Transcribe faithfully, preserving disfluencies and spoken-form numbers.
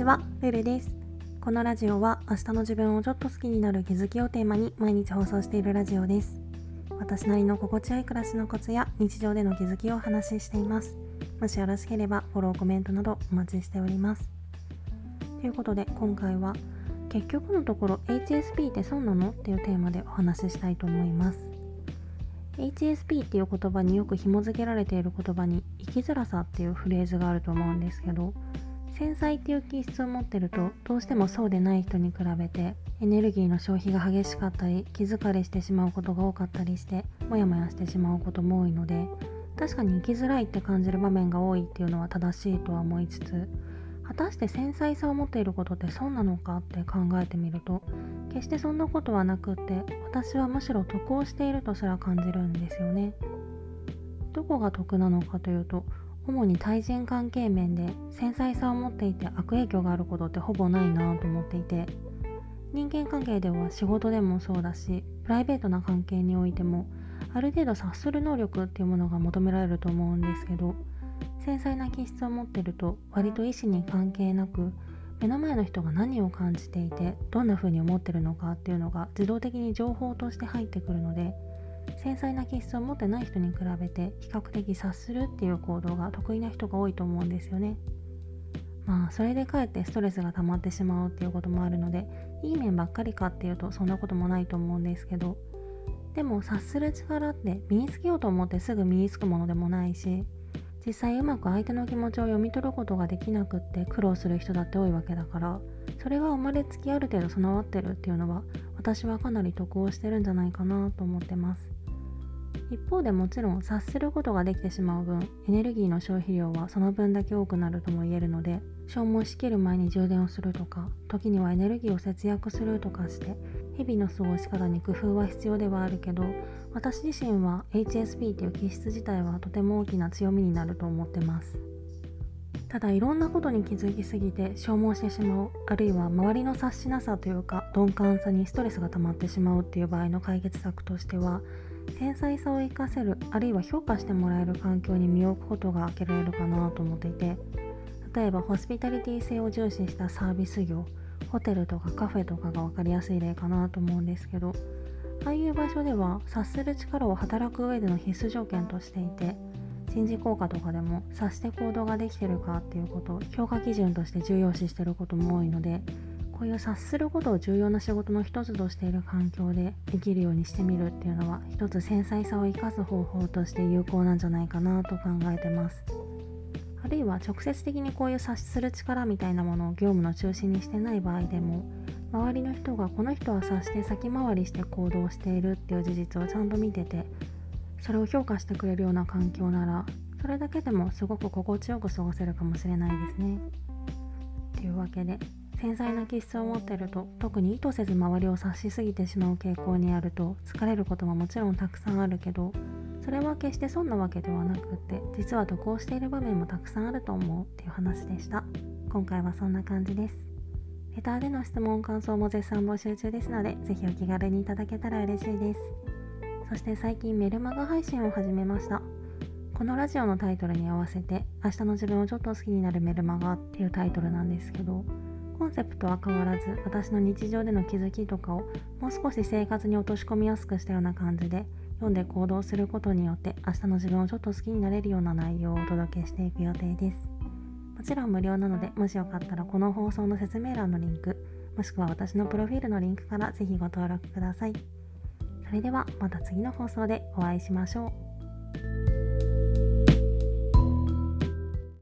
ちは、ルルです。このラジオは明日の自分をちょっと好きになる気づきをテーマに毎日放送しているラジオです。私なりの心地よい暮らしのコツや日常での気づきをお話ししています。もしよろしければフォロー、コメントなどお待ちしております。ということで今回は結局のところ エイチエスピー って損なのっていうテーマでお話ししたいと思います。エイチエスピー っていう言葉によく紐付けられている言葉に生きづらさっていうフレーズがあると思うんですけど、繊細っていう気質を持ってるとどうしてもそうでない人に比べてエネルギーの消費が激しかったり気疲れしてしまうことが多かったりしてモヤモヤしてしまうことも多いので、確かに生きづらいって感じる場面が多いっていうのは正しいとは思いつつ、果たして繊細さを持っていることって損なのかって考えてみると、決してそんなことはなくって、私はむしろ得をしているとすら感じるんですよね。どこが得なのかというと、主に対人関係面で繊細さを持っていて悪影響があることってほぼないなと思っていて、人間関係では仕事でもそうだし、プライベートな関係においてもある程度察する能力っていうものが求められると思うんですけど、繊細な気質を持っていると割と意思に関係なく、目の前の人が何を感じていてどんな風に思ってるのかっていうのが自動的に情報として入ってくるので、繊細な気質を持ってない人に比べて比較的察するっていう行動が得意な人が多いと思うんですよね。まあそれでかえってストレスが溜まってしまうっていうこともあるので、いい面ばっかりかっていうとそんなこともないと思うんですけど、でも察する力って身につけようと思ってすぐ身につくものでもないし、実際うまく相手の気持ちを読み取ることができなくって苦労する人だって多いわけだから、それが生まれつきある程度備わってるっていうのは私はかなり得をしてるんじゃないかなと思ってます。一方でもちろん察することができてしまう分、エネルギーの消費量はその分だけ多くなるとも言えるので、消耗しきる前に充電をするとか、時にはエネルギーを節約するとかして日々の過ごし方に工夫は必要ではあるけど、私自身は エイチエスピー という気質自体はとても大きな強みになると思ってます。ただいろんなことに気づきすぎて消耗してしまう、あるいは周りの察しなさというか鈍感さにストレスが溜まってしまうっていう場合の解決策としては、繊細さを活かせる、あるいは評価してもらえる環境に身を置くことが開けられるかなと思っていて、例えばホスピタリティ性を重視したサービス業、ホテルとかカフェとかが分かりやすい例かなと思うんですけど、ああいう場所では察する力を働く上での必須条件としていて、人事効果とかでも察して行動ができてるかっていうことを評価基準として重要視していることも多いので、こういう察することを重要な仕事の一つとしている環境で生きるようにしてみるっていうのは、一つ繊細さを生かす方法として有効なんじゃないかなと考えてます。あるいは直接的にこういう察する力みたいなものを業務の中心にしてない場合でも、周りの人がこの人は察して先回りして行動しているっていう事実をちゃんと見てて、それを評価してくれるような環境なら、それだけでもすごく心地よく過ごせるかもしれないですね。というわけで、繊細な気質を持っていると、特に意図せず周りを察しすぎてしまう傾向にあると疲れることももちろんたくさんあるけど、それは決して損なわけではなくって、実は得をしている場面もたくさんあると思うっていう話でした。今回はそんな感じです。レターでの質問感想も絶賛募集中ですので、ぜひお気軽にいただけたら嬉しいです。そして最近メルマガ配信を始めました。このラジオのタイトルに合わせて、明日の自分をちょっと好きになるメルマガっていうタイトルなんですけど、コンセプトは変わらず、私の日常での気づきとかをもう少し生活に落とし込みやすくしたような感じで読んで行動することによって、明日の自分をちょっと好きになれるような内容をお届けしていく予定です。もちろん無料なので、もしよかったらこの放送の説明欄のリンク、もしくは私のプロフィールのリンクからぜひご登録ください。それではまた次の放送でお会いしましょう。